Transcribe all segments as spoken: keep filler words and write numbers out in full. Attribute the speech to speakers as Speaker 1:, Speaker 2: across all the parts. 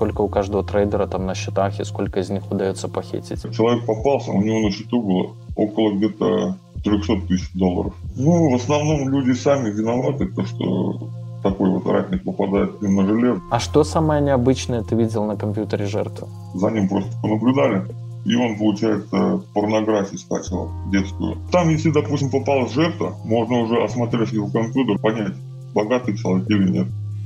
Speaker 1: сколько у каждого трейдера там на счетах и сколько из них удается похитить?
Speaker 2: Человек попался, у него на счету было около где-то триста тысяч долларов. Ну, в основном люди сами виноваты, то, что такой вот ратник попадает к ним на железо.
Speaker 1: А что самое необычное ты видел на компьютере жертвы?
Speaker 2: За ним просто понаблюдали, и он, получается, порнографию скачивал детскую. Там, если, допустим, попалась жертва, можно уже, осмотрев его компьютер, понять, богатый человек или нет.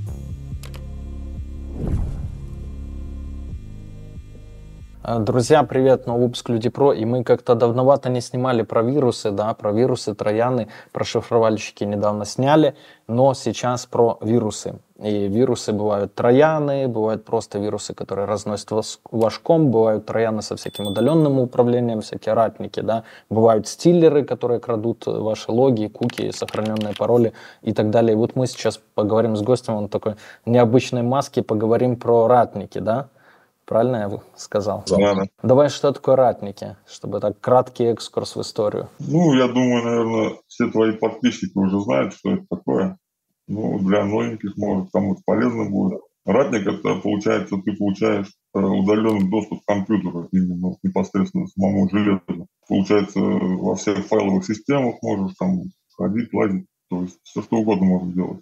Speaker 1: Друзья, привет, новый выпуск Люди Про, и мы как-то давновато не снимали про вирусы, да, про вирусы, трояны, про шифровальщики недавно сняли, но сейчас про вирусы. И вирусы бывают трояны, бывают просто вирусы, которые разносят ваш комп, бывают трояны со всяким удаленным управлением, всякие ратники, да, бывают стиллеры, которые крадут ваши логи, куки, сохраненные пароли и так далее. И вот мы сейчас поговорим с гостем, он такой необычной маске, поговорим про ратники, да? Правильно я сказал?
Speaker 2: Да, да.
Speaker 1: Давай, что такое ратники, чтобы так краткий экскурс в историю.
Speaker 2: Ну, я думаю, наверное, все твои подписчики уже знают, что это такое. Ну, для новеньких, может, кому-то полезно будет. Ратник — это, получается, ты получаешь удаленный доступ к компьютеру, именно непосредственно самому железу. Получается, во всех файловых системах можешь там ходить, лазить, то есть все что угодно можешь делать.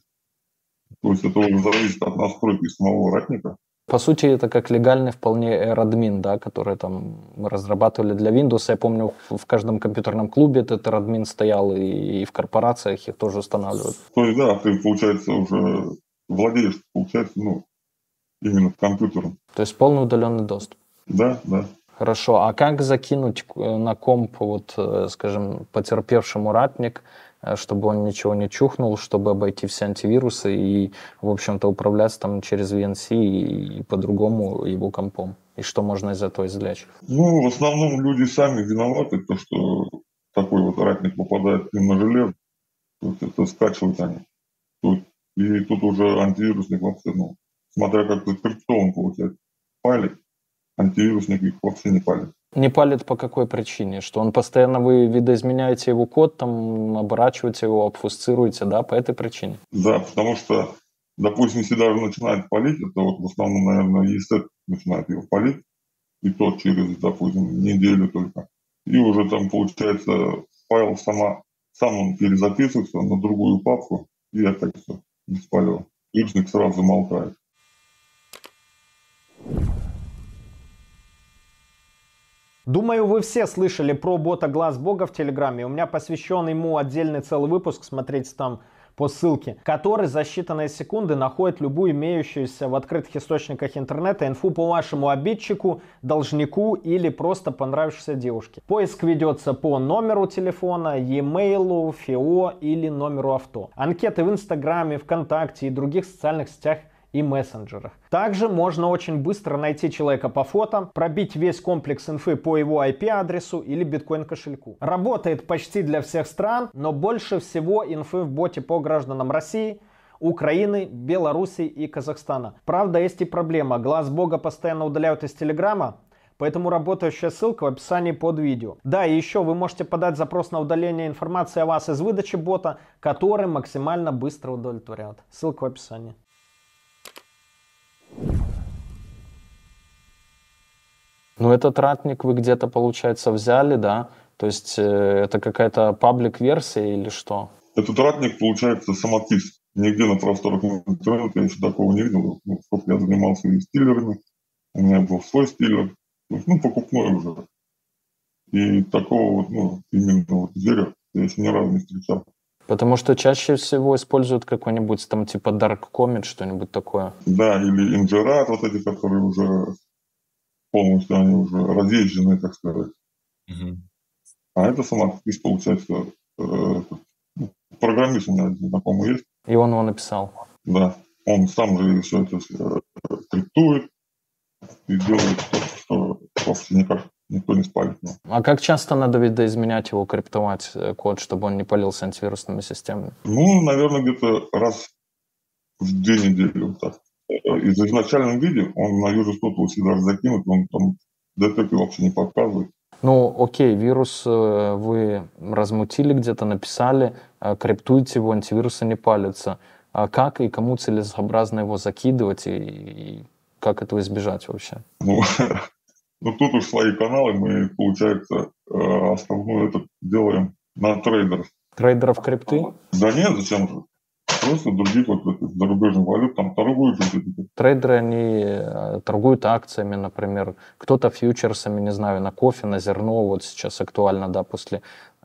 Speaker 2: То есть это уже зависит от настройки самого ратника.
Speaker 1: По сути, это как легальный вполне AirAdmin, да, который там мы разрабатывали для Windows. Я помню, в каждом компьютерном клубе этот AirAdmin стоял, и, и в корпорациях их тоже устанавливают.
Speaker 2: То есть, да, ты, получается, уже владеешь, получается, ну, именно компьютером.
Speaker 1: То есть полный удаленный доступ.
Speaker 2: Да, да.
Speaker 1: Хорошо. А как закинуть на комп, вот, скажем, потерпевшему ратник, чтобы он ничего не чухнул, чтобы обойти все антивирусы и, в общем-то, управляться там через ви эн си и, и по-другому его компом? И что можно из этого извлечь?
Speaker 2: Ну, в основном люди сами виноваты, то, что такой вот ратник попадает к ним на железо, вот это скачивают они. Тут, и тут уже антивирусник вообще, ну, смотря как закриптован получается, палит, антивирусник их вообще не палит.
Speaker 1: Не палит по какой причине? Что он постоянно, вы видоизменяете его код, там, оборачиваете его, обфусцируете, да, по этой причине?
Speaker 2: Да, потому что, допустим, если даже начинает палить, это вот в основном, наверное, ИСЭТ начинает его палить, и то через, допустим, неделю только. И уже там, получается, файл сама, сам он перезаписывается на другую папку, и опять все, без палева. Вирусник сразу замолкает.
Speaker 3: Думаю, вы все слышали про бота Глаз Бога в Телеграме. У меня посвящен ему отдельный целый выпуск, смотрите там по ссылке, который за считанные секунды находит любую имеющуюся в открытых источниках интернета инфу по вашему обидчику, должнику или просто понравившейся девушке. Поиск ведется по номеру телефона, e-mail, ФИО или номеру авто. Анкеты в Инстаграме, ВКонтакте и других социальных сетях и мессенджерах. Также можно очень быстро найти человека по фото, пробить весь комплекс инфы по его ай пи-адресу или биткоин-кошельку. Работает почти для всех стран, но больше всего инфы в боте по гражданам России, Украины, Беларуси и Казахстана. Правда, есть и проблема. Глаз Бога постоянно удаляют из Телеграма, поэтому работающая ссылка в описании под видео. Да, и еще вы можете подать запрос на удаление информации о вас из выдачи бота, который максимально быстро удовлетворяют. Ссылка в описании.
Speaker 1: Ну, этот ратник вы где-то, получается, взяли, да? То есть э, это какая-то паблик-версия или что?
Speaker 2: Этот ратник, получается, самопис. Нигде на просторах интернета я еще такого не видел. Ну, сколько я занимался и стиллерами, у меня был свой стиллер, ну, покупной уже. И такого вот, ну, именно вот зверя я еще ни разу не встречал.
Speaker 1: Потому что чаще всего используют какой-нибудь там типа Dark Comet, что-нибудь такое.
Speaker 2: Да, или инжерат, вот эти, которые уже полностью, они уже разъезженные, так сказать. Угу. А это самопис, получается, э, программист у меня знакомый есть.
Speaker 1: И он его написал?
Speaker 2: Да, он сам же все это э, криптует и делает то, что вообще никак никто не спалит. Но.
Speaker 1: А как часто надо видоизменять его, криптовать код, чтобы он не палился антивирусными системами?
Speaker 2: Ну, наверное, где-то раз в две недели вот так. Из изначальном виде он на User Story всегда закинут, он там детекты вообще не показывает.
Speaker 1: Ну, окей, вирус вы размутили где-то, написали, криптуете его, антивирусы не палятся. А как и кому целесообразно его закидывать и, и как этого избежать вообще?
Speaker 2: Ну, ну тут уж свои каналы, мы, получается, основную это делаем на трейдеров.
Speaker 1: Трейдеров крипты?
Speaker 2: Да нет, зачем же? Просто других вот зарубежных валют там торгуют.
Speaker 1: Трейдеры, они торгуют акциями, например, кто-то фьючерсами, не знаю, на кофе, на зерно, вот сейчас актуально, да, после,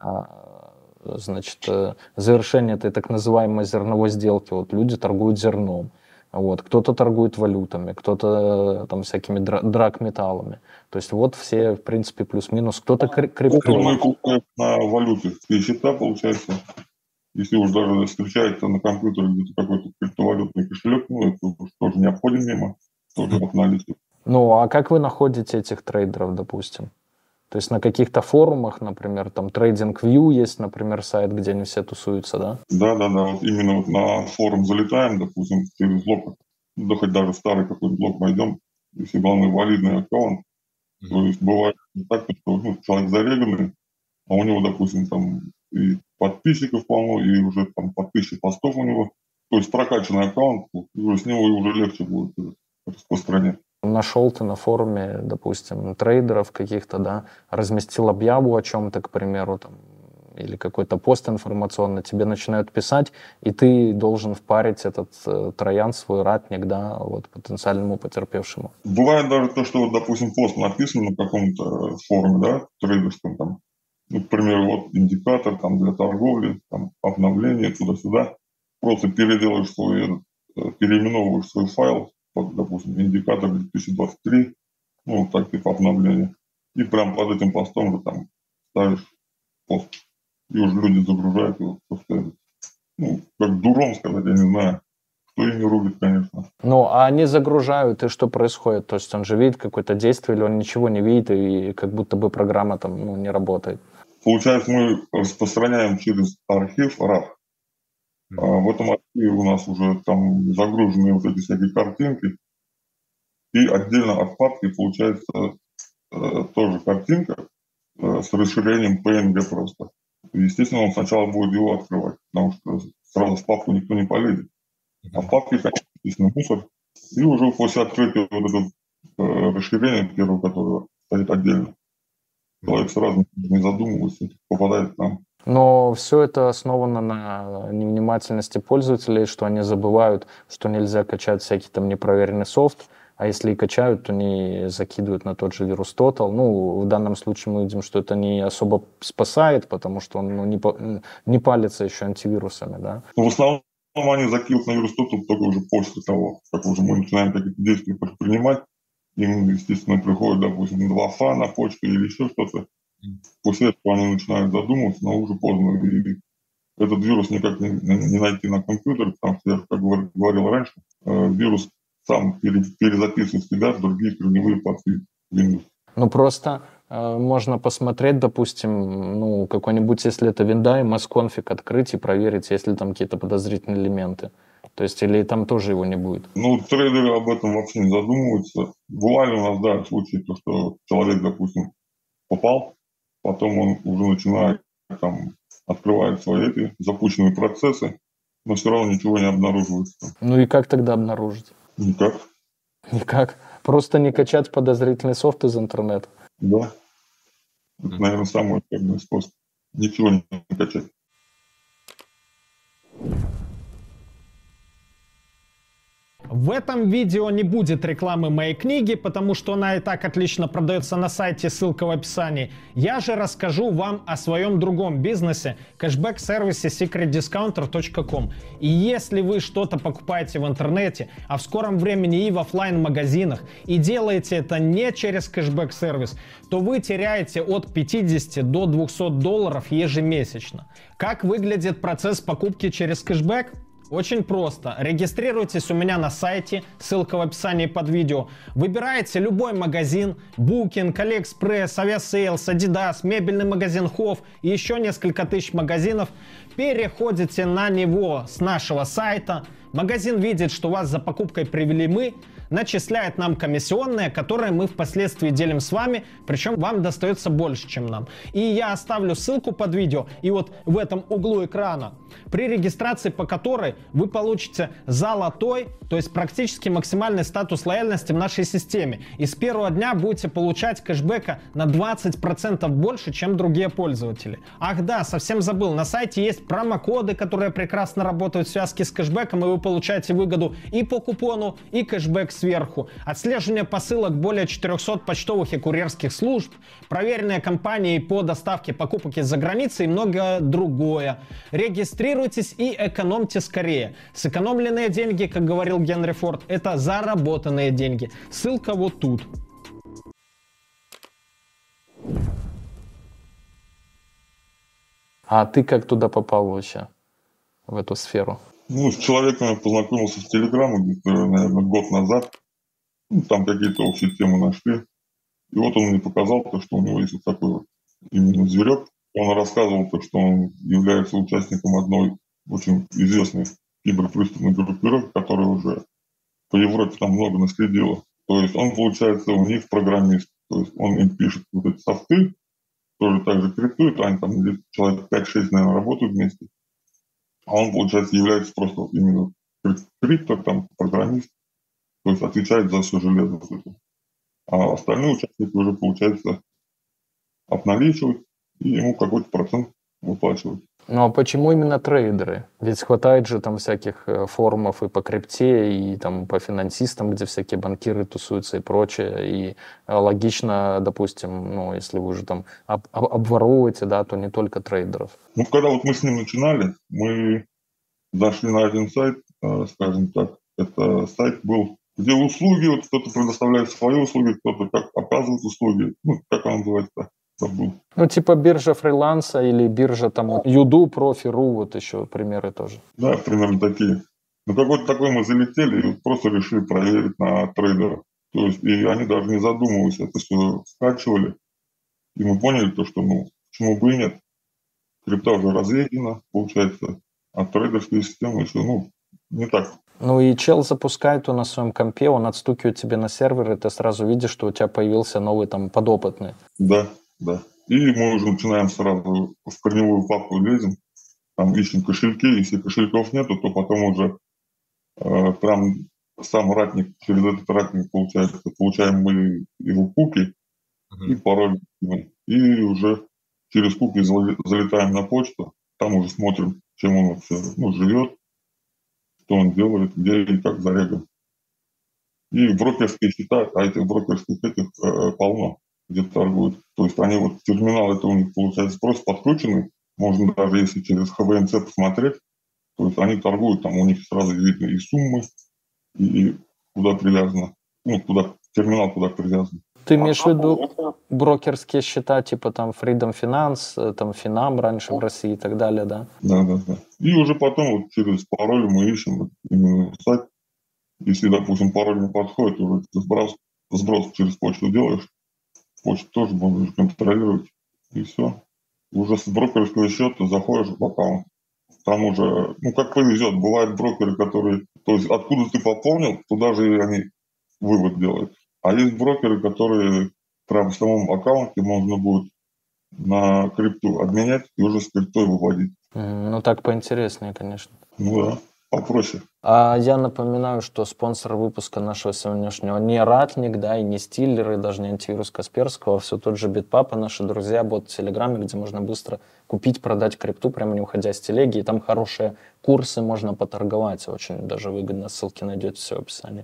Speaker 1: значит, завершения этой так называемой зерновой сделки, вот люди торгуют зерном. Вот. Кто-то торгует валютами, кто-то там всякими драгметаллами. То есть вот все, в принципе, плюс-минус. Кто-то крипто.
Speaker 2: Мы купим на валюте счета, получается. Если уж даже встречается на компьютере где-то какой-то криптовалютный кошелек, ну, это тоже не обходим мимо, тоже от наличия.
Speaker 1: Ну, а как вы находите этих трейдеров, допустим? То есть на каких-то форумах, например, там TradingView есть, например, сайт, где они все тусуются, да?
Speaker 2: Да, да, да. Вот именно вот на форум залетаем, допустим, через блог, да хоть даже старый какой-то блог найдем, если главный валидный аккаунт. Mm-hmm. То есть бывает так, что ну, человек зареганный, а у него, допустим, там и подписчиков полно, и уже там по тысяче постов у него. То есть прокачанный аккаунт, и уже с него уже легче будет распространять.
Speaker 1: Нашел ты на форуме, допустим, трейдеров каких-то, да, разместил объяву о чем-то, к примеру, там, или какой-то пост информационный, тебе начинают писать, и ты должен впарить этот э, троян, свой ратник, да, вот, потенциальному потерпевшему.
Speaker 2: Бывает даже то, что, вот, допустим, пост написан на каком-то форуме, да, трейдерском, там, ну, к примеру, вот индикатор там для торговли, там, обновление, туда-сюда, просто переделаешь свой, переименовываешь свой файл, вот, допустим, индикатор две тысячи двадцать три, ну, так типа обновления. И прям под этим постом же там ставишь пост. И уже люди загружают его просто, ну, как дуром сказать, я не знаю, кто ими рубит, конечно.
Speaker 1: Ну, а они загружают, и что происходит? То есть он же видит какое-то действие, или он ничего не видит, и как будто бы программа там, ну, не работает?
Speaker 2: Получается, мы распространяем через архив РАФ. А в этом архиве у нас уже там загружены вот эти всякие картинки. И отдельно от папки получается э, тоже картинка э, с расширением пи эн джи просто. Естественно, он сначала будет его открывать, потому что сразу в папку никто не полезет. А в папке, конечно, естественно, мусор. И уже после открытия вот этого э, расширения первого, которое стоит отдельно, человек сразу не задумывается, попадает к нам.
Speaker 1: Но все это основано на невнимательности пользователей, что они забывают, что нельзя качать всякий там непроверенный софт, а если и качают, то не закидывают на тот же вирус Total. Ну, в данном случае мы видим, что это не особо спасает, потому что он ну, не, не палится еще антивирусами, да?
Speaker 2: В основном они закидывают на вирус Total только уже после того, как уже мы начинаем какие-то действия предпринимать. Им, естественно, приходит, допустим, два фа на почту или еще что-то. После этого они начинают задумываться, но уже поздно. И этот вирус никак не, не найти на компьютере, потому что, я как говорил раньше, вирус сам перезаписывает себя в другие корневые порты Windows.
Speaker 1: Ну, просто э, можно посмотреть, допустим, ну, какой-нибудь, если это винда, и масс-конфиг открыть и проверить, есть ли там какие-то подозрительные элементы. То есть, или там тоже его не будет?
Speaker 2: Ну, трейдеры об этом вообще не задумываются. Бывали у нас, да, случаи, то, что человек, допустим, попал, потом он уже начинает, там, открывает свои эти запущенные процессы, но все равно ничего не обнаруживается.
Speaker 1: Ну и как тогда обнаружить?
Speaker 2: Никак.
Speaker 1: Никак? Просто не качать подозрительный софт из интернета?
Speaker 2: Да. Это, наверное, самый эффективный способ. Ничего не качать.
Speaker 3: В этом видео не будет рекламы моей книги, потому что она и так отлично продается на сайте, ссылка в описании. Я же расскажу вам о своем другом бизнесе, кэшбэк-сервисе секрет дискаунтер точка ком. И если вы что-то покупаете в интернете, а в скором времени и в офлайн-магазинах, и делаете это не через кэшбэк-сервис, то вы теряете от пятидесяти до двухсот долларов ежемесячно. Как выглядит процесс покупки через кэшбэк? Очень просто. Регистрируйтесь у меня на сайте, ссылка в описании под видео. Выбираете любой магазин, Booking, AliExpress, Aviasales, Adidas, мебельный магазин Hof и еще несколько тысяч магазинов. Переходите на него с нашего сайта. Магазин видит, что вас за покупкой привели мы. начисляет нам комиссионные, которые мы впоследствии делим с вами, причем вам достается больше, чем нам. И я оставлю ссылку под видео, и вот в этом углу экрана, при регистрации по которой вы получите золотой, то есть практически максимальный статус лояльности в нашей системе. И с первого дня будете получать кэшбэка на двадцать процентов больше, чем другие пользователи. Ах да, совсем забыл, на сайте есть промокоды, которые прекрасно работают в связке с кэшбэком, и вы получаете выгоду и по купону, и кэшбэк сверху. Отслеживание посылок более четырехсот почтовых и курьерских служб, проверенные компании по доставке покупок из-за границы и многое другое. Регистрируйтесь и экономьте скорее. Сэкономленные деньги, как говорил Генри Форд, это заработанные деньги. Ссылка вот тут.
Speaker 1: А ты как туда попал вообще, в эту сферу?
Speaker 2: Ну, с человеком я познакомился в Телеграме где-то, наверное, год назад. Ну, там какие-то общие темы нашли. И вот он мне показал то, что у него есть вот такой вот именно зверек. Он рассказывал то, что он является участником одной очень известной киберпреступной группировки, которая уже по Европе там много наследила. То есть он, получается, у них программист. То есть он им пишет вот эти софты, тоже так же криптует, они там человек пять-шесть, наверное, работают вместе. А он, получается, является просто именно криптор, там, программист, то есть отвечает за все железо. А остальные участники уже, получается, обналичивают и ему какой-то процент выплачивают.
Speaker 1: Ну а почему именно трейдеры? Ведь хватает же там всяких форумов и по крипте, и там по финансистам, где всякие банкиры тусуются и прочее. И логично, допустим, ну если вы уже там об- об- обворовываете, да, то не только трейдеров.
Speaker 2: Ну, когда вот мы с ним начинали, мы зашли на один сайт, э, скажем так, это сайт был, где услуги, вот кто-то предоставляет свои услуги, кто-то как оказывает услуги, ну, как он называется, забыл.
Speaker 1: Ну типа биржа фриланса или биржа там вот, Юду, Профи.ру, вот еще примеры тоже.
Speaker 2: Да, примерно такие. Ну, какой-то такой мы залетели и просто решили проверить на трейдеров. То есть, и они даже не задумывались, это все скачивали. И мы поняли то, что, ну, почему бы и нет. Крипта уже разъедена, получается, а трейдерские системы еще, ну, не так.
Speaker 1: Ну и чел запускает его на своем компе, он отстукивает тебе на сервер, и ты сразу видишь, что у тебя появился новый там подопытный.
Speaker 2: Да, да. И мы уже начинаем сразу в корневую папку лезем, там ищем кошельки, если кошельков нету, то потом уже э, прям сам ратник, через этот ратник, получается, получаем мы его куки uh-huh. и пароль, и уже через куки залетаем на почту, там уже смотрим, чем он вообще, ну, живет, что он делает, где и как зареган. И брокерские счета, а этих брокерских этих э, полно, где торгуют. То есть они вот, терминал это у них получается просто подкрученный, можно даже если через эйч ви эн си посмотреть, то есть они торгуют, там у них сразу видно и суммы, и куда привязано, ну, куда, терминал куда привязан.
Speaker 1: Ты имеешь в виду брокерские счета, типа там Freedom Finance, там Финам раньше в России и так далее, да?
Speaker 2: Да, да, да. И уже потом вот через пароль мы ищем именно сайт. Если, допустим, пароль не подходит, уже сброс, сброс через почту делаешь, почту тоже будешь контролировать, и все. Уже с брокерского счета заходишь в аккаунт. Там уже, ну, как повезет, бывают брокеры, которые, то есть откуда ты пополнил, туда же они вывод делают. А есть брокеры, которые прям в самом аккаунте можно будет на крипту обменять и уже с криптой выводить.
Speaker 1: Mm, ну, так поинтереснее, конечно.
Speaker 2: Ну да, попроще.
Speaker 1: А я напоминаю, что спонсор выпуска нашего сегодняшнего не Ратник, да, и не Стиллер, и даже не антивирус Касперского, а все тот же Битпапа, наши друзья, бот в Телеграме, где можно быстро купить, продать крипту, прямо не уходя с телеги, и там хорошие курсы, можно поторговать, очень даже выгодно, ссылки найдете все в описании.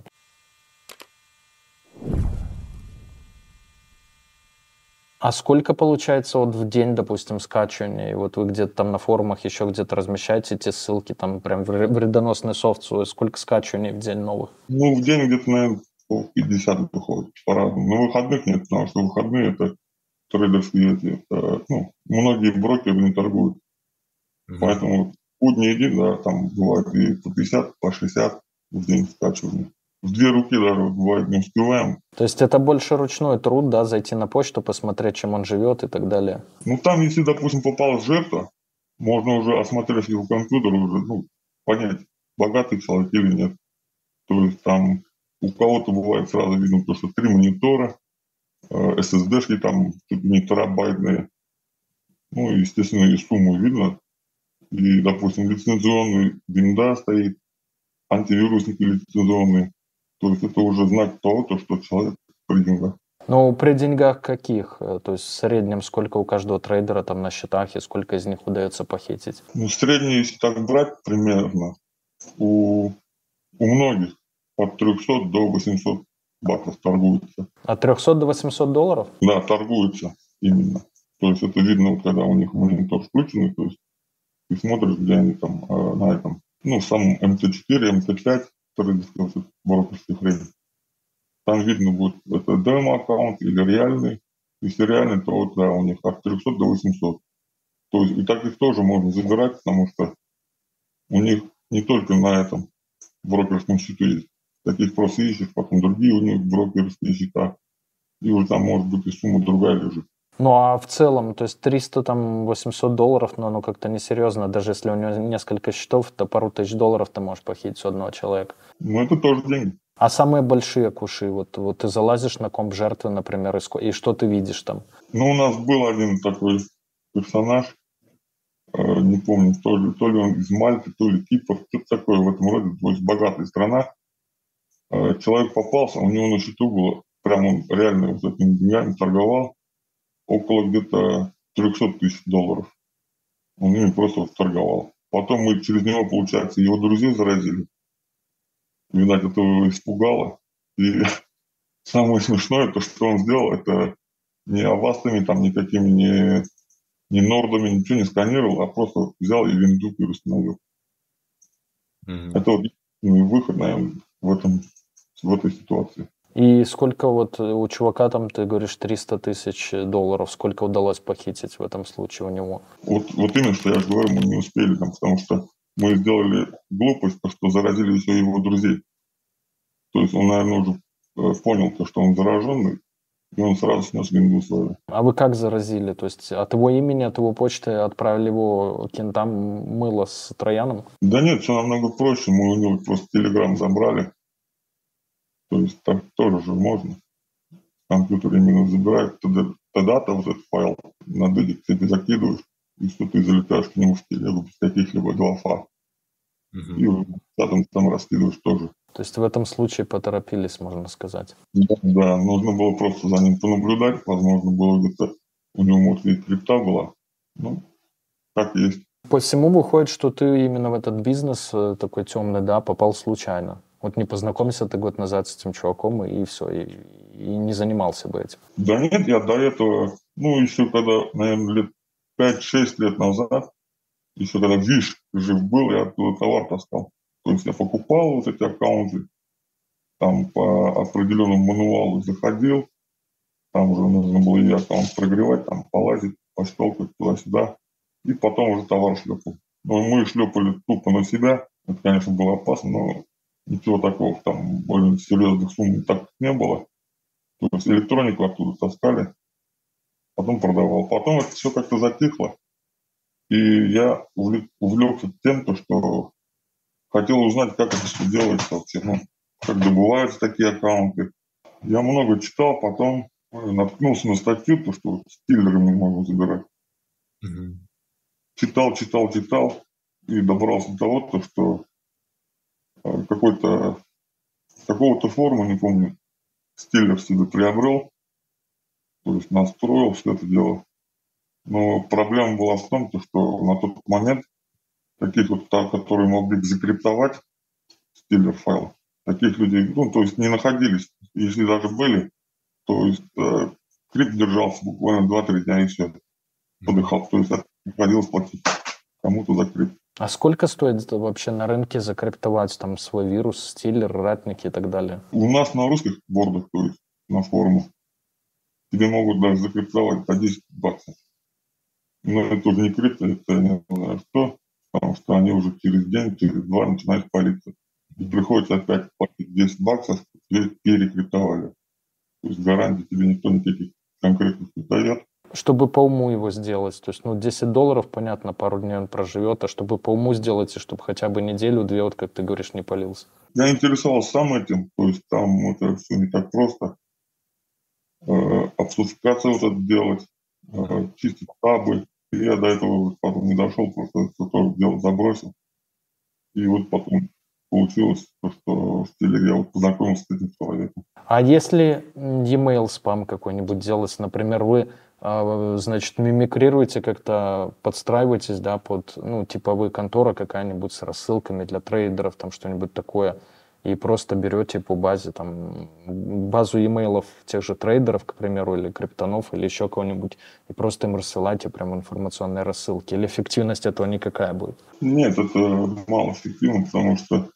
Speaker 1: А сколько получается вот в день, допустим, скачивания? И вот вы где-то там на форумах еще где-то размещаете эти ссылки, там прям вредоносный софт свой. Сколько скачиваний в день новых?
Speaker 2: Ну, в день где-то, наверное, пятьдесят выходит по-разному. Но выходных нет, потому что выходные это трейдерские эти, это, ну, многие брокеры не торгуют. Mm-hmm. Поэтому будний день, да, там бывает и по пятьдесят, по шестьдесят в день скачивания. В две руки даже бывает не успеваем.
Speaker 1: То есть это больше ручной труд, да, зайти на почту, посмотреть, чем он живет и так далее?
Speaker 2: Ну, там, если, допустим, попалась жертва, можно уже, осмотрев его компьютер, уже, ну, понять, богатый человек или нет. То есть там У кого-то бывает сразу видно то, что три монитора, эс эс ди-шки там чуть не терабайтные. Ну, и, естественно, и сумму видно. И, допустим, лицензионный винда стоит, антивирусники лицензионные. То есть это уже знак того, то, что человек при деньгах.
Speaker 1: Ну, при деньгах каких? Э, То есть в среднем сколько у каждого трейдера там на счетах и сколько из них удается похитить?
Speaker 2: Ну, средний, если так брать, примерно, у, у многих от трехсот до восьмисот баксов торгуется.
Speaker 1: От трехсот до восьмисот долларов?
Speaker 2: Да, торгуется именно. То есть это видно, вот, когда у них монитор включенный, то есть ты смотришь, где они там э, на этом, ну, в самом эм тэ четыре, эм тэ пять, трейдерских брокерских рынках. Там видно будет, это демо-аккаунт или реальный. Если реальный, то вот, да, у них от трехсот до восьмисот. То есть и таких тоже можно забирать, потому что у них не только на этом брокерском счету есть. Таких просто ищешь, потом другие у них брокерские счета. И уже там может быть и сумма другая лежит.
Speaker 1: Ну, а в целом, то есть триста, там, восемьсот долларов, но ну, как-то несерьезно. Даже если у него несколько счетов, то пару тысяч долларов ты можешь похитить у одного человека.
Speaker 2: Но это тоже деньги.
Speaker 1: А самые большие куши, вот, вот ты залазишь на комп жертвы, например, и, ско- и что ты видишь там?
Speaker 2: Ну, у нас был один такой персонаж, э, не помню, то ли, то ли он из Мальты, то ли Кипр, что-то такое в этом роде, то есть богатая страна. Э, человек попался, у него на счету было, прям он реально вот этими деньгами торговал, около где-то триста тысяч долларов. Он ими просто вот торговал. Потом мы через него, получается, его друзей заразили. Видать, это его испугало. И самое смешное, то, что он сделал, это не авастами, там, никакими, не, не нордами, ничего не сканировал, а просто взял и винду переустановил.
Speaker 4: Мгм.
Speaker 2: Это вот единственный выход, наверное, в, этом, в этой ситуации.
Speaker 1: И сколько вот у чувака там, ты говоришь, триста тысяч долларов, сколько удалось похитить в этом случае у него?
Speaker 2: Вот, вот именно, что я же говорю, мы не успели там, потому что мы сделали глупость, то, что заразили еще его друзей. То есть он, наверное, уже э, понял, то, что он зараженный, и он сразу снес винду свою.
Speaker 1: А вы как заразили? То есть от его имени, от его почты отправили его кентам мыло с трояном?
Speaker 2: Да нет, все намного проще, мы у него просто телеграм забрали. То есть так тоже же можно. Компьютер именно забирает, тогда, тогда-то вот этот файл на дедик ты закидываешь, и что ты залетаешь к нему в телегу без каких-либо глафа.
Speaker 4: Мгм.
Speaker 2: И уже там, там раскидываешь тоже.
Speaker 1: То есть в этом случае поторопились, можно сказать.
Speaker 2: Да, да, нужно было просто за ним понаблюдать. Возможно, было где-то у него, может, и крипта была. Ну, как есть.
Speaker 1: По всему выходит, что ты именно в этот бизнес э, такой темный, да, попал случайно. Вот не познакомился ты год назад с этим чуваком, и, все, и, и не занимался бы этим.
Speaker 2: Да нет, я до этого, ну, еще когда, наверное, лет пять-шесть лет назад, еще когда Виш жив был, я оттуда товар таскал. То есть я покупал вот эти аккаунты, там по определенному мануалу заходил, там уже нужно было и аккаунт прогревать, там полазить, пощелкать туда-сюда, и потом уже товар шлепал. Но мы шлепали тупо на себя, это, конечно, было опасно, но ничего такого, там более серьезных сумм так не было. То есть электронику оттуда таскали, потом продавал. Потом это все как-то затихло, и я увлекся тем, то, что хотел узнать, как это все делается вообще, ну, как добываются такие аккаунты. Я много читал, потом наткнулся на статью, то, что стиллерами можно забирать.
Speaker 4: Мгм.
Speaker 2: Читал, читал, читал и добрался до того, то, что э, какой-то какого-то форума, не помню, стиллер себе приобрел, то есть настроил все это дело. Но проблема была в том, то, что на тот момент таких вот, которые могли закриптовать стиллер файл, таких людей, ну, то есть не находились. Если даже были, то есть э, крипт держался буквально два-три дня и все. Подыхал, то есть приходилось платить кому-то за крипт.
Speaker 1: А сколько стоит вообще на рынке закриптовать там свой вирус, стиллер, ратники и так далее?
Speaker 2: У нас на русских бордах, то есть на форумах, тебе могут даже закриптовать по десять баксов. Но это уже не крипто, это не знаю что, потому что они уже через день, через два начинают палиться. И приходится опять платить десять баксов, тебе перекриптовали. То есть гарантии тебе никто никаких конкретных не дает.
Speaker 1: чтобы по уму его сделать. То есть, ну, десять долларов, понятно, пару дней он проживет, а чтобы по уму сделать, и чтобы хотя бы неделю-две, вот как ты говоришь, не палился.
Speaker 2: Я интересовался сам этим, то есть там это все не так просто. Э, обсусификацию вот это делать, э, чистить табы. И я до этого потом не дошел, просто это тоже дело забросил. И вот потом получилось то, что в телеге я вот познакомился с этим человеком.
Speaker 1: А если e-mail спам какой-нибудь делать, например, вы, а, значит, мимикрируете как-то, подстраиваетесь, да, под, ну, типа вы контора какая-нибудь с рассылками для трейдеров, там что-нибудь такое, и просто берете по базе, там, базу e-mailов тех же трейдеров, к примеру, или криптонов, или еще кого-нибудь, и просто им рассылаете прям информационные рассылки. Или эффективность этого никакая будет?
Speaker 2: Нет, это мало эффективно, потому что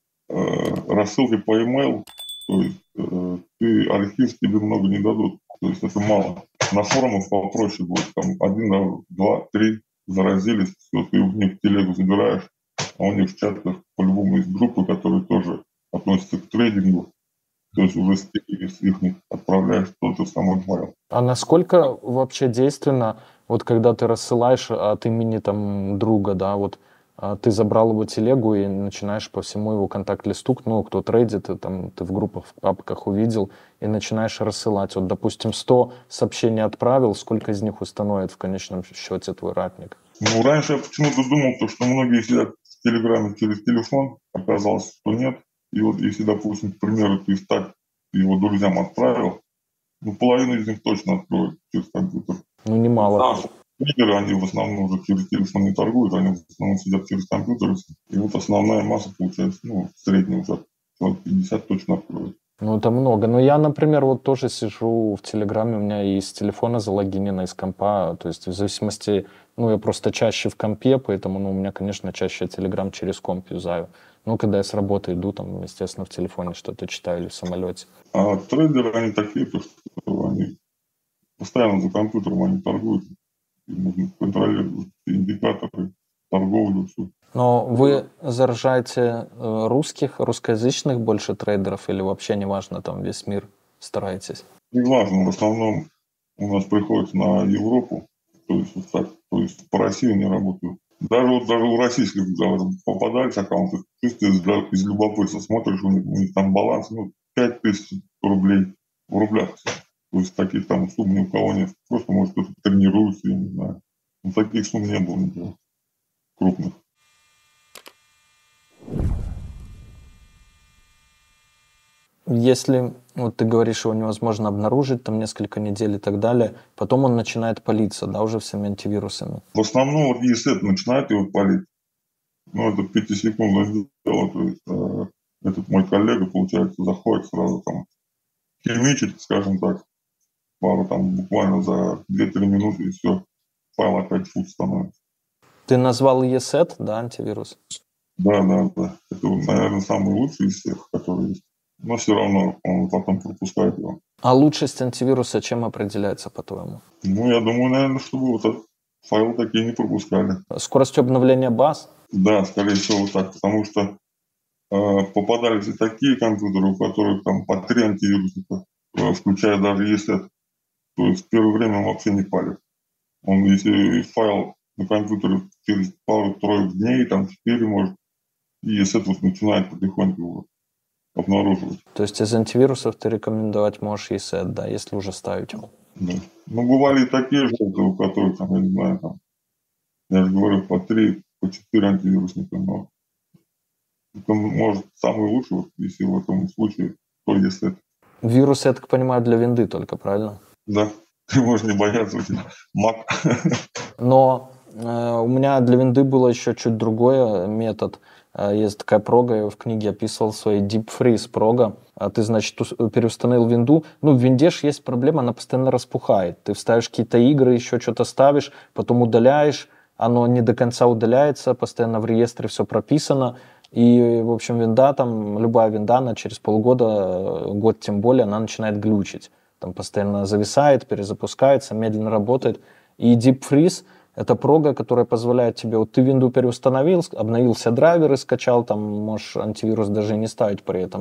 Speaker 2: э, рассылки по e-mail, то есть э, ты архив тебе много не дадут, то есть это мало. На форумах попроще будет, там один, два, три заразились, все, ты у них телегу забираешь, а у них в чатах по-любому есть группы, которые тоже относятся к трейдингу, то есть уже с их отправляешь тот же самый файл.
Speaker 1: А насколько вообще действенно, вот когда ты рассылаешь от имени там друга, да, вот а, ты забрал его телегу и начинаешь по всему его контакт-листу, ну, кто трейдит, и, там, ты в группах, в папках увидел, и начинаешь рассылать. Вот, допустим, сто сообщений отправил, сколько из них установит в конечном счете твой ратник?
Speaker 2: Ну, раньше я почему-то думал, то, что многие сидят в Телеграме через телефон, оказалось, что нет. И вот если, допустим, к примеру, ты так его друзьям отправил, ну, половину из них точно откроют через компьютер.
Speaker 1: Ну, немало.
Speaker 2: Да, трейдеры, они в основном уже через телефон не торгуют, они в основном сидят через компьютер. И вот основная масса получается, ну, в среднем уже человек пятьдесят точно откроют.
Speaker 1: Ну, это много. Но я, например, вот тоже сижу в Телеграме, у меня и с телефона залогинено, и с компа, то есть в зависимости, ну, я просто чаще в компе, поэтому, ну, у меня, конечно, чаще Телеграм через комп юзаю. Ну, когда я с работы иду, там, естественно, в телефоне что-то читаю или в самолете.
Speaker 2: А трейдеры, они такие, то, что они постоянно за компьютером они торгуют, и нужно контролировать индикаторы, торговлю, все.
Speaker 1: Но вы заражаете русских, русскоязычных больше трейдеров или вообще неважно, там весь мир стараетесь?
Speaker 2: Не важно, в основном у нас приходится на Европу, то есть вот так, то есть по России не работаю. Даже вот даже у российских попадались аккаунты, чисто из, из любопытства смотришь, у них, у них там баланс, ну, пять тысяч рублей в рублях. То есть таких там сумм ни у кого нет. Просто, может, кто-то тренируется, я не знаю. Но таких сумм не было никого крупных.
Speaker 1: Если, вот ты говоришь, его невозможно обнаружить, там несколько недель и так далее, потом он начинает палиться, да, уже всеми антивирусами.
Speaker 2: В основном вот если это начинает его палить, ну, это пятисекундное дело, то есть э, этот мой коллега, получается, заходит сразу там, химичит, скажем так, пару там буквально за две-три минуты, и все, файл опять фут становится.
Speaker 1: Ты назвал и эс и ти, да, антивирус?
Speaker 2: Да, да, да. Это, наверное, самый лучший из всех, которые есть. Но все равно он потом пропускает его.
Speaker 1: А лучшесть антивируса чем определяется, по-твоему?
Speaker 2: Ну, я думаю, наверное, чтобы вот этот файл такие не пропускали.
Speaker 1: Скорость обновления баз?
Speaker 2: Да, скорее всего, вот так. Потому что э, попадались и такие компьютеры, у которых там по три антивируса, э, включая даже и эс и ти. То есть в первое время он вообще не палит. Он, если файл на компьютере через пару-тройку дней, там четыре, может, и эс и ти вот начинает потихоньку его обнаруживать.
Speaker 1: То есть из антивирусов ты рекомендовать можешь и эс и ти, да, если уже ставить его?
Speaker 2: Да. Ну, бывали и такие же, у которых, там, я не знаю, там, я же говорю, по три, по четыре антивирусника, но это, может, самый лучший, вот, если в этом случае, то и эс и ти.
Speaker 1: Вирус, я так понимаю, для винды только, правильно?
Speaker 2: Да, ты можешь не бояться, этих Mac.
Speaker 1: Но э, у меня для винды было еще чуть другой метод. Э, есть такая прога, я в книге описывал свой Deep Freeze прога. А ты, значит, переустановил винду. Ну, в винде же есть проблема, она постоянно распухает. Ты вставишь какие-то игры, еще что-то ставишь, потом удаляешь, оно не до конца удаляется, постоянно в реестре все прописано. И, в общем, винда, там, любая винда, она через полгода, год тем более, она начинает глючить. Там постоянно зависает, перезапускается, медленно работает. И Deep Freeze — это прога, которая позволяет тебе, вот ты винду переустановил, обновил все драйверы, скачал, там можешь антивирус даже и не ставить при этом.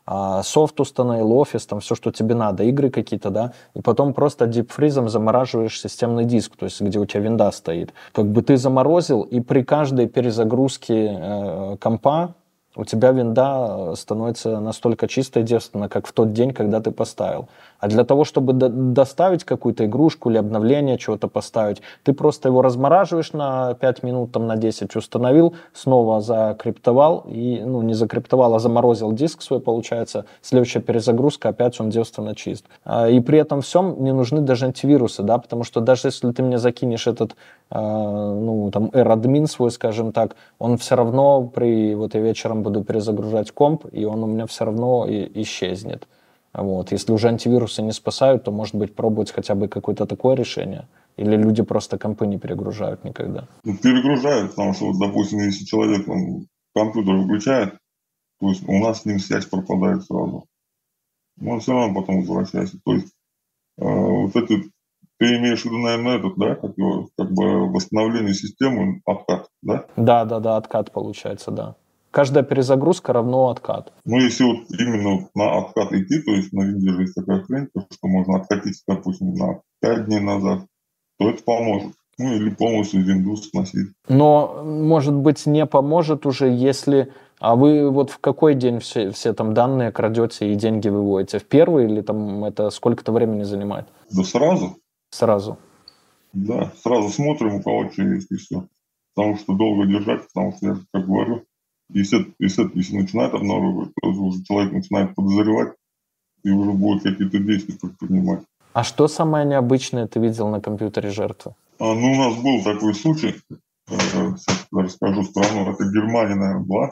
Speaker 1: а, софт установил, офис, там все, что тебе надо, игры какие-то, да, и потом просто дипфризом замораживаешь системный диск, то есть где у тебя винда стоит. Как бы ты заморозил, и при каждой перезагрузке э, компа у тебя винда становится настолько чистой, девственно, как в тот день, когда ты поставил. А для того, чтобы до- доставить какую-то игрушку или обновление, чего-то поставить, ты просто его размораживаешь на пять минут, там, на десять, установил, снова закриптовал, и, ну, не закриптовал, а заморозил диск свой, получается. Следующая перезагрузка, опять он девственно чист. А, И при этом всем не нужны даже антивирусы, да, потому что даже если ты мне закинешь этот, а, ну, там, R-админ свой, скажем так, он все равно при, вот я вечером буду перезагружать комп, и он у меня все равно и, исчезнет. Вот. Если уже антивирусы не спасают, то, может быть, пробовать хотя бы какое-то такое решение. Или люди просто компы не перегружают никогда.
Speaker 2: Ну, перегружают, потому что, вот, допустим, если человек он, компьютер выключает, то есть у нас с ним связь пропадает сразу. Но он все равно потом возвращается. То есть э, вот это, ты имеешь в виду, наверное, этот, да, как, его, как бы восстановление системы, откат, да?
Speaker 1: Да, да, да, откат получается, да. Каждая перезагрузка равно откат.
Speaker 2: Ну, если вот именно вот на откат идти, то есть на винде же есть такая хрень, то, что можно откатиться, допустим, на пять дней назад, то это поможет. Ну, или полностью винду сносить.
Speaker 1: Но, может быть, не поможет уже, если... А вы вот в какой день все, все там данные крадете и деньги выводите? В первый или там это сколько-то времени занимает?
Speaker 2: Да сразу,
Speaker 1: Сразу.
Speaker 2: да, сразу смотрим, у кого что есть, и все. Потому что долго держать, потому что, я же как говорю, если, это- если, это- если начинает обнаруживать, то уже человек начинает подозревать, и уже будет какие-то действия предпринимать.
Speaker 1: А что самое необычное ты видел на компьютере жертвы?
Speaker 2: А, ну, у нас был такой случай, э, сейчас расскажу страну, это Германия, наверное, была.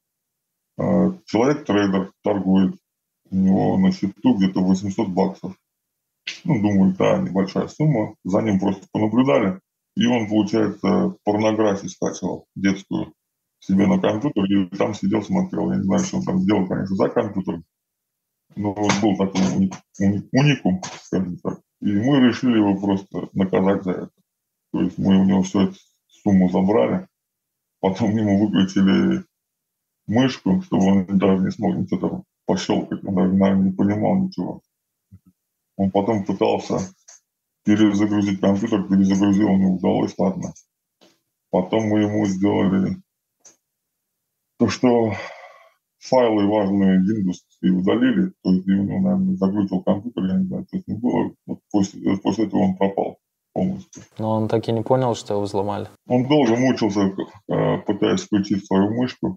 Speaker 2: Э, Человек, трейдер, торгует, у него на счету где-то восемьсот баксов. Ну, думаю, да, небольшая сумма. За ним просто понаблюдали. И он, получается, порнографию скачивал детскую себе на компьютер, и там сидел, смотрел. Я не знаю, что он там делал, конечно, за компьютером. Но вот был такой уни- уни- уникум, скажем так. И мы решили его просто наказать за это. То есть мы у него всю эту сумму забрали, потом ему выключили мышку, чтобы он даже не смог ничего там пощелкать, он даже, наверное, не понимал ничего. Он потом пытался перезагрузить компьютер, перезагрузил, не удалось, ладно. Потом мы ему сделали то, что файлы важные Windows и удалили, то есть у него, наверное, заглючил компьютер, я не знаю, то есть не было. Вот после, после этого он пропал полностью.
Speaker 1: Но он так и не понял, что его взломали.
Speaker 2: Он долго мучился, э, пытаясь включить свою мышку.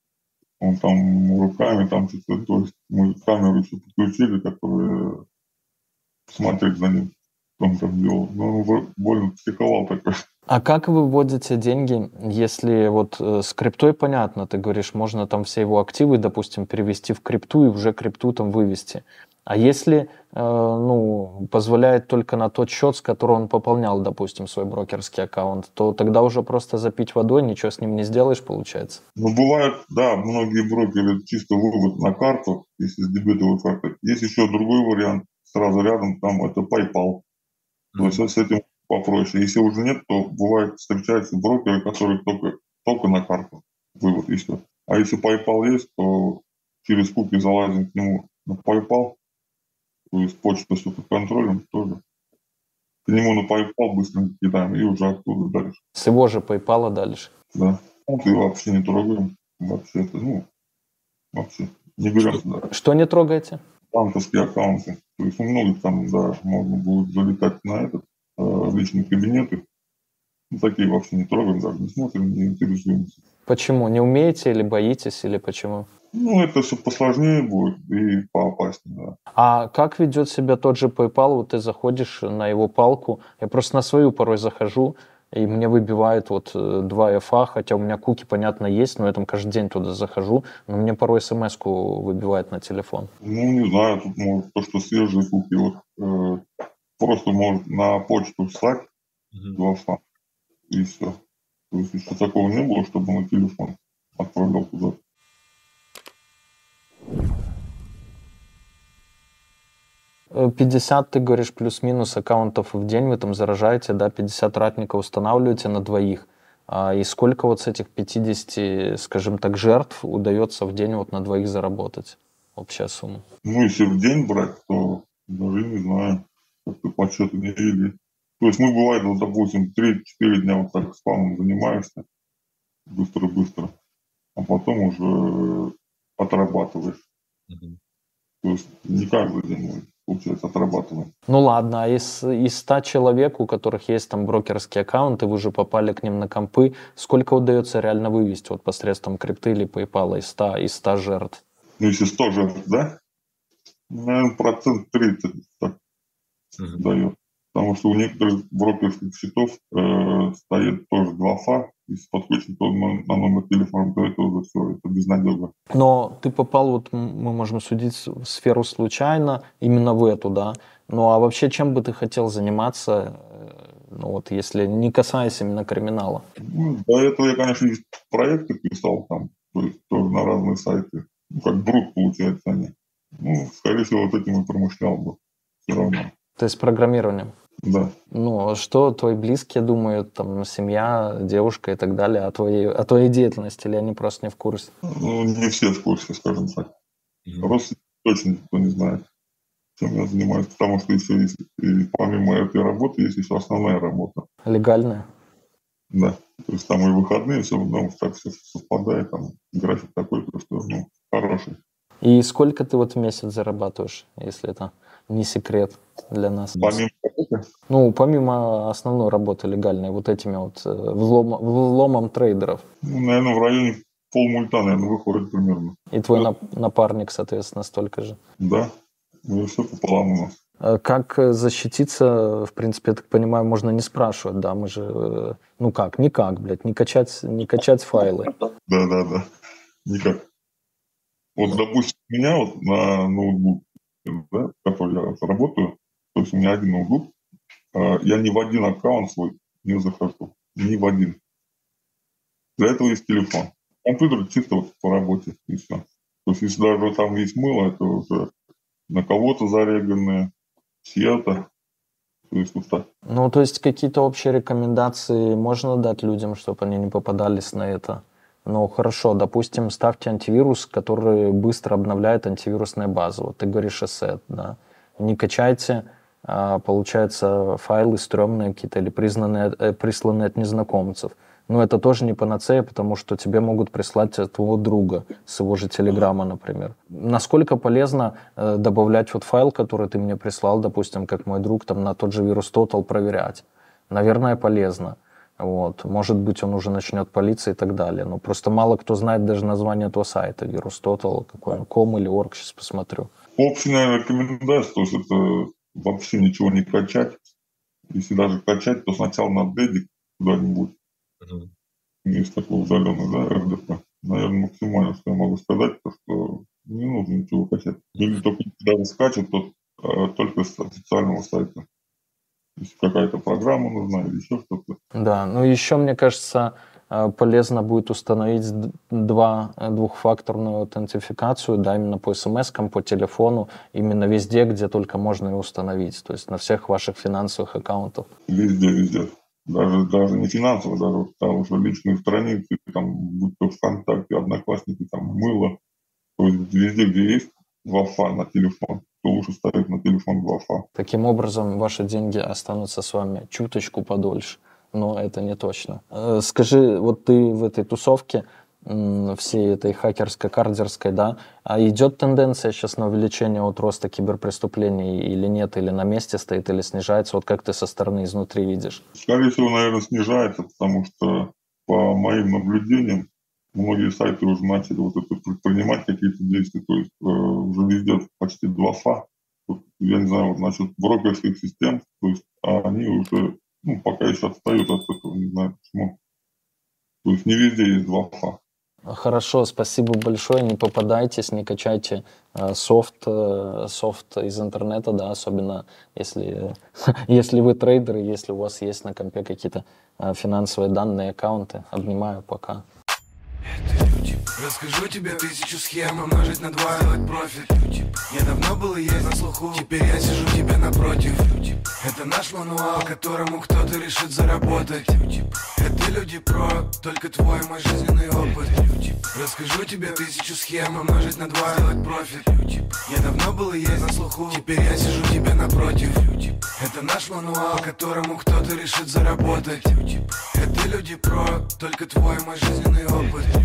Speaker 2: Он там руками, там что-то, то есть мы камеру еще подключили, которая смотреть за ним, что он там делал. Ну, он больно психовал такой.
Speaker 1: А как вы вводите деньги, если вот э, с криптой понятно, ты говоришь, можно там все его активы, допустим, перевести в крипту и уже крипту там вывести. А если, э, ну, позволяет только на тот счет, с которого он пополнял, допустим, свой брокерский аккаунт, то тогда уже просто запить водой, ничего с ним не сделаешь, получается?
Speaker 2: Ну, бывает, да, многие брокеры чисто вывод на карту, если с дебетовой карты. Есть еще другой вариант, сразу рядом, там это PayPal. То есть с этим попроще. Если уже нет, то бывает встречаются брокеры, которые только, только на карту вывод и все. А если PayPal есть, то через куки залазим к нему на PayPal, то есть почта все под контролем тоже. К нему на PayPal быстренько кидаем и уже оттуда дальше.
Speaker 1: С его же PayPal дальше.
Speaker 2: Да. Ну, и вообще не трогаем. Вообще это, ну, вообще не берем сюда.
Speaker 1: Что не трогаете?
Speaker 2: Банковские аккаунты. То есть у многих там, да, можно будет залетать на этот, э, в личные кабинеты. Ну, такие вообще не трогаем, даже не смотрим, не интересуемся.
Speaker 1: Почему? Не умеете или боитесь, или почему?
Speaker 2: Ну, это все посложнее будет и поопаснее, да.
Speaker 1: А как ведет себя тот же PayPal? Вот ты заходишь на его палку. Я просто на свою порой захожу, и мне выбивают вот э, два эф а, хотя у меня куки, понятно, есть, но я там каждый день туда захожу, но мне порой смс-ку выбивает на телефон.
Speaker 2: Ну, не знаю, тут может то, что свежие куки, вот э, просто может на почту вслать два фа, и все. То есть еще такого не было, чтобы на телефон отправлял туда.
Speaker 1: пятьдесят, ты говоришь, плюс-минус аккаунтов в день вы там заражаете, да, пятьдесят ратников устанавливаете на двоих. А, и сколько вот с этих пятидесяти, скажем так, жертв удается в день вот на двоих заработать? общая сумма?
Speaker 2: Ну, если в день брать, то даже не знаю, как-то подсчеты не видели. То есть мы, бывает, вот, допустим, три-четыре дня вот так спамом занимаешься, быстро-быстро, а потом уже отрабатываешь.
Speaker 4: Мгм.
Speaker 2: То есть не каждый день мы, получается, отрабатываем.
Speaker 1: Ну ладно, а из, из ста человек, у которых есть там брокерские аккаунты, вы уже попали к ним на компы, сколько удается реально вывести вот посредством крипты или PayPal из ста, из ста жертв?
Speaker 2: Ну, если сто жертв, да, наверное, процент тридцать так
Speaker 4: Мгм.
Speaker 2: дает. Потому что у некоторых брокерских счетов э, стоит тоже два фа, если подключен то на, на номер телефона, то это уже все, это безнадега.
Speaker 1: Но ты попал, вот м, мы можем судить с- в сферу случайно, именно в эту, да. Ну а вообще чем бы ты хотел заниматься, э, ну вот если не касаясь именно криминала?
Speaker 2: Ну, до этого я, конечно, и проекты писал там, то есть тоже на разные сайты. Ну, как бруд, получается, они. Ну, скорее всего, вот этим и промышлял бы. Все равно.
Speaker 1: То есть программированием?
Speaker 2: Да.
Speaker 1: Ну, а что твои близкие думают, там, семья, девушка и так далее, о твоей, о твоей деятельности, или они просто не в курсе?
Speaker 2: Ну, не все в курсе, скажем так.
Speaker 4: Мгм.
Speaker 2: Родственники точно никто не знает, чем я занимаюсь. Потому что еще есть, и помимо этой работы, есть еще основная работа.
Speaker 1: Легальная?
Speaker 2: Да. То есть там и выходные, все, потому что так все совпадает, там график такой, просто, ну, хороший.
Speaker 1: И сколько ты вот в месяц зарабатываешь, если это не секрет для нас?
Speaker 2: Помимо работы,
Speaker 1: Ну, помимо основной работы легальной, вот этими вот э, взлом- взломом трейдеров.
Speaker 2: ну, наверное, в районе полмульта, наверное, выходит примерно.
Speaker 1: И твой
Speaker 2: Вот.
Speaker 1: нап- напарник, соответственно, столько же.
Speaker 2: Да, ну и все пополам у нас.
Speaker 1: Э, Как э, защититься, в принципе, я так понимаю, можно не спрашивать, да, мы же, э, ну как, никак, блядь, не качать, не качать файлы.
Speaker 2: Да, да, да. Никак. Вот, допустим, у меня вот на ноутбук, да, который я вот работаю, то есть у меня один ноутбук, а, я ни в один аккаунт свой не захожу. Ни в один. Для этого есть телефон. Компьютер чисто вот по работе и все. То есть если даже там есть мыло, это уже на кого-то зареганное, чья-то. То есть вот так.
Speaker 1: Ну, то есть какие-то общие рекомендации можно дать людям, чтобы они не попадались на это? Ну, хорошо, допустим, ставьте антивирус, который быстро обновляет антивирусные базы. Вот ты говоришь эс и ти, да. Не качайте, а, получается, файлы стрёмные какие-то или признанные, э, присланные от незнакомцев. Но это тоже не панацея, потому что тебе могут прислать от твоего друга с его же телеграма, например. Насколько полезно э, добавлять вот файл, который ты мне прислал, допустим, как мой друг, там на тот же VirusTotal проверять? Наверное, полезно. Вот. Может быть, он уже начнет палиться и так далее. Но просто мало кто знает даже название этого сайта. VirusTotal, какой он, ком или орг, сейчас посмотрю.
Speaker 2: Общая рекомендация, то есть это вообще ничего не качать. Если даже качать, то сначала на дедик куда-нибудь.
Speaker 4: Мгм.
Speaker 2: Есть такой удаленный, да, эр дэ пэ. Наверное, максимально, что я могу сказать, то что не нужно ничего качать. Или только даже скачет, то э, только с официального сайта. Если какая-то программа нужна или еще что-то.
Speaker 1: Да, ну еще, мне кажется, э, полезно будет установить д- два, э, двухфакторную аутентификацию, да, именно по смс-кам, по телефону, именно везде, где только можно ее установить, то есть на всех ваших финансовых аккаунтах.
Speaker 2: Везде, везде. Даже, даже не финансово, даже вот там уже личные страницы, там, будь то ВКонтакте, Одноклассники, там, мыло. То есть везде, где есть два-фа на телефон, то лучше ставить на телефон два-фа.
Speaker 1: Таким образом, ваши деньги останутся с вами чуточку подольше, но это не точно. Э, Скажи, вот ты в этой тусовке, м, всей этой хакерско-кардерской, да, а идет тенденция сейчас на увеличение вот роста киберпреступлений или нет, или на месте стоит, или снижается, вот как ты со стороны изнутри видишь?
Speaker 2: Скорее всего, наверное, снижается, потому что по моим наблюдениям многие сайты уже начали вот это предпринимать какие-то действия, то есть э, уже везде почти два-фа. Вот, я не знаю, вот насчет брокерских систем, то есть а они уже, ну, пока еще отстают от этого, не знаю почему. То есть не везде есть два-фа.
Speaker 1: Хорошо, спасибо большое. Не попадайтесь, не качайте э, софт, э, софт из интернета, да, особенно если, если вы трейдеры, если у вас есть на компе какие-то э, финансовые данные, аккаунты. Обнимаю, пока.
Speaker 5: Расскажу тебе тысячу схем, умножить на два, делать профит. Я давно был и есть на слуху, теперь я сижу тебе напротив. Это наш мануал, которому кто-то решит заработать. Это люди про, только твой мой жизненный опыт. Расскажу тебе тысячу схем, умножить на два, делать профит. Я давно был и есть на слуху, теперь я сижу тебе напротив. Это наш мануал, которому кто-то решит заработать. Это люди про, только твой мой жизненный опыт.